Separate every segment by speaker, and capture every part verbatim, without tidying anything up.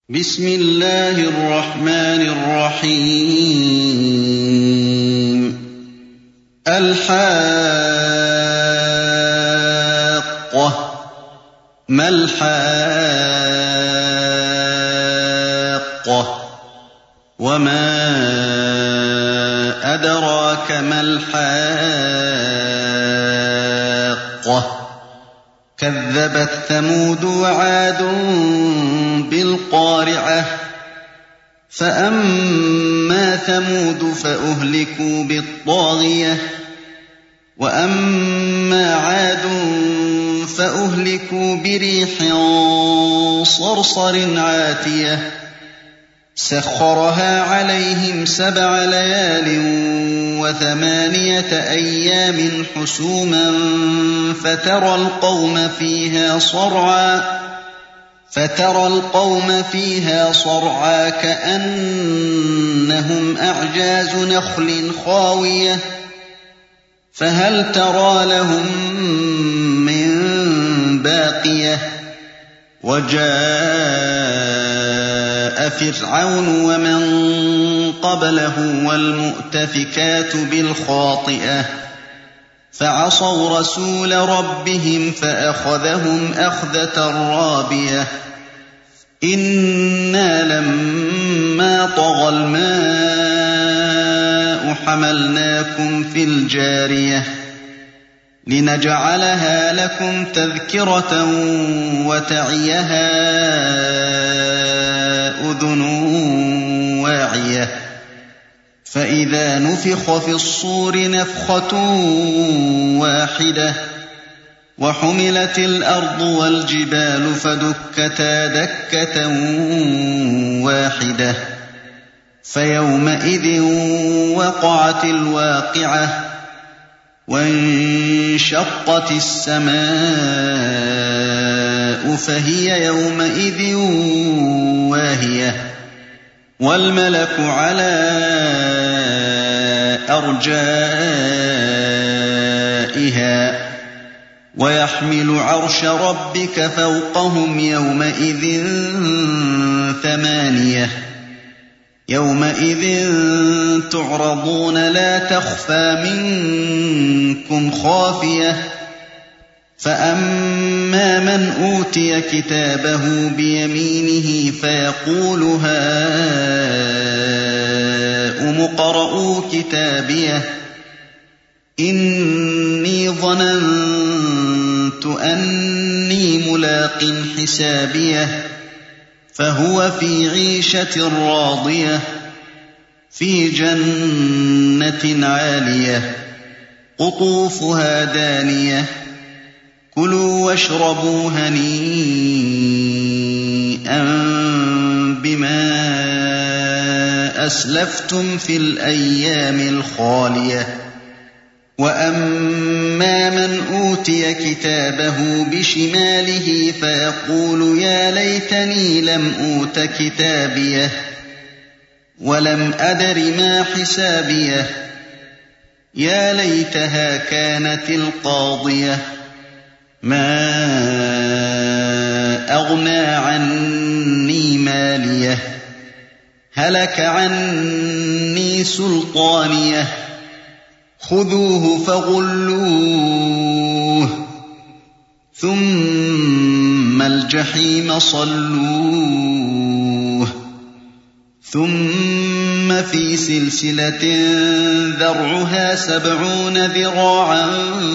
Speaker 1: بسم الله الرحمن الرحيم الحاقة ما الحاقة وما أدراك ما الحاقة كذبت ثمود وعاد بالقارعة فأما ثمود فأهلكوا بالطاغية وأما عاد فأهلكوا بريح صرصر عاتية سخرها عليهم سبع ليال وثمانية أيام حسوما فترى القوم فيها صرعا فترى القوم فيها صرعا كأنهم أعجاز نخل خاوية فهل ترى لهم من باقية وجاء فرعون ومن قبله والمؤتفكات بالخاطئة فعصوا رسول ربهم فأخذهم أخذة رابية إنا لما طغى الماء حملناكم في الجارية لنجعلها لكم تذكرة وتعيها أذن واعية فإذا نفخ في الصور نفخة واحدة وحملت الأرض والجبال فدكتا دكة واحدة فيومئذ وقعت الواقعة وانشقت السماء فهي يومئذ واهية والملك على أرجائها ويحمل عرش ربك فوقهم يومئذ ثمانية يومئذ تعرضون لا تخفى منكم خافية فأما من أوتي كتابه بيمينه فيقول هاؤم اقرءوا كتابيه إني ظننت أني ملاق حسابيه فهو في عيشة راضية في جنة عالية قطوفها دانية كلوا واشربوا هنيئا بما أسلفتم في الأيام الخالية وأما من أوتي كتابه بشماله فيقول يا ليتني لم أوت كتابيه ولم أدر ما حسابيه يا ليتها كانت القاضية ما أغنى عني ماليه هلك عني سلطانيه خذوه فغلوه ثم الجحيم صلوه ثم في سلسلة ذرعها سبعون ذراعا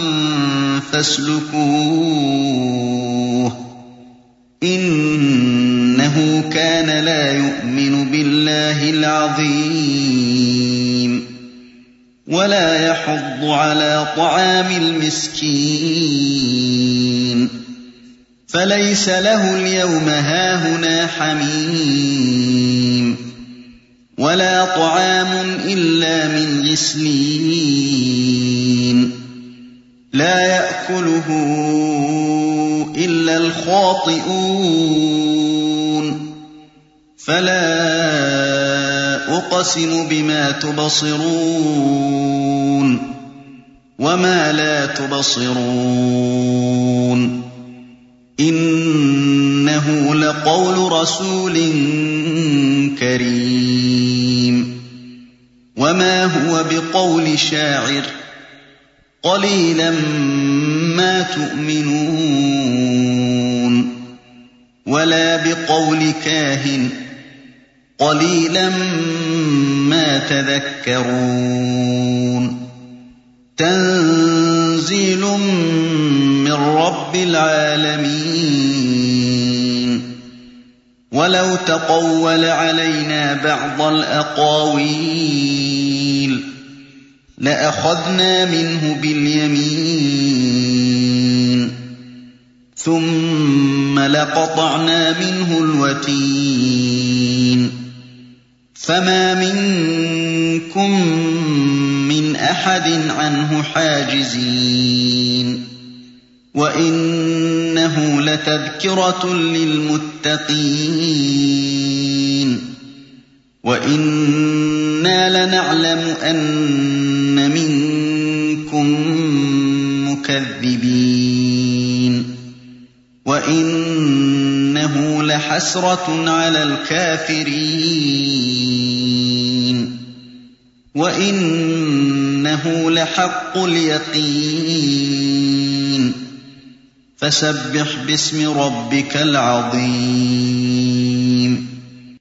Speaker 1: فاسلكوه إنه كان لا يؤمن بالله العظيم ولا يحض على طعام المسكين فليس له اليوم هاهنا حميم ولا طعام إلا من غسلين لا يأكله إلا الخاطئون فلا أقسم بما تبصرون وما لا تبصرون إِنَّهُ لَقَوْلُ رَسُولٍ كَرِيمٍ وَمَا هُوَ بِقَوْلِ شَاعِرٍ قَلِيلًا مَا تُؤْمِنُونَ وَلَا بِقَوْلِ كَاهِنٍ قَلِيلًا مَا تَذَكَّرُونَ تَنزِيلٌ مِّن رَّبِّ الْعَالَمِينَ وَلَوْ تَقَوَّلَ عَلَيْنَا بَعْضَ الْأَقَاوِيلِ لَأَخَذْنَا مِنْهُ بِالْيَمِينِ ثُمَّ لَقَطَعْنَا مِنْهُ الْوَتِينَ فَمَا مِنكُم مِّنْ أَحَدٍ عَنْهُ حَاجِزِينَ وَإِنَّهُ لَتَذْكِرَةٌ لِّلْمُتَّقِينَ وَإِنَّا لَنَعْلَمُ أَنَّ مِنكُم مُّكَذِّبِينَ وَإِنَّهُ لَحَسْرَةٌ عَلَى الْكَافِرِينَ وَإِنَّهُ لَحَقُّ الْيَقِينِ فَسَبِّحْ بِاسْمِ رَبِّكَ الْعَظِيمِ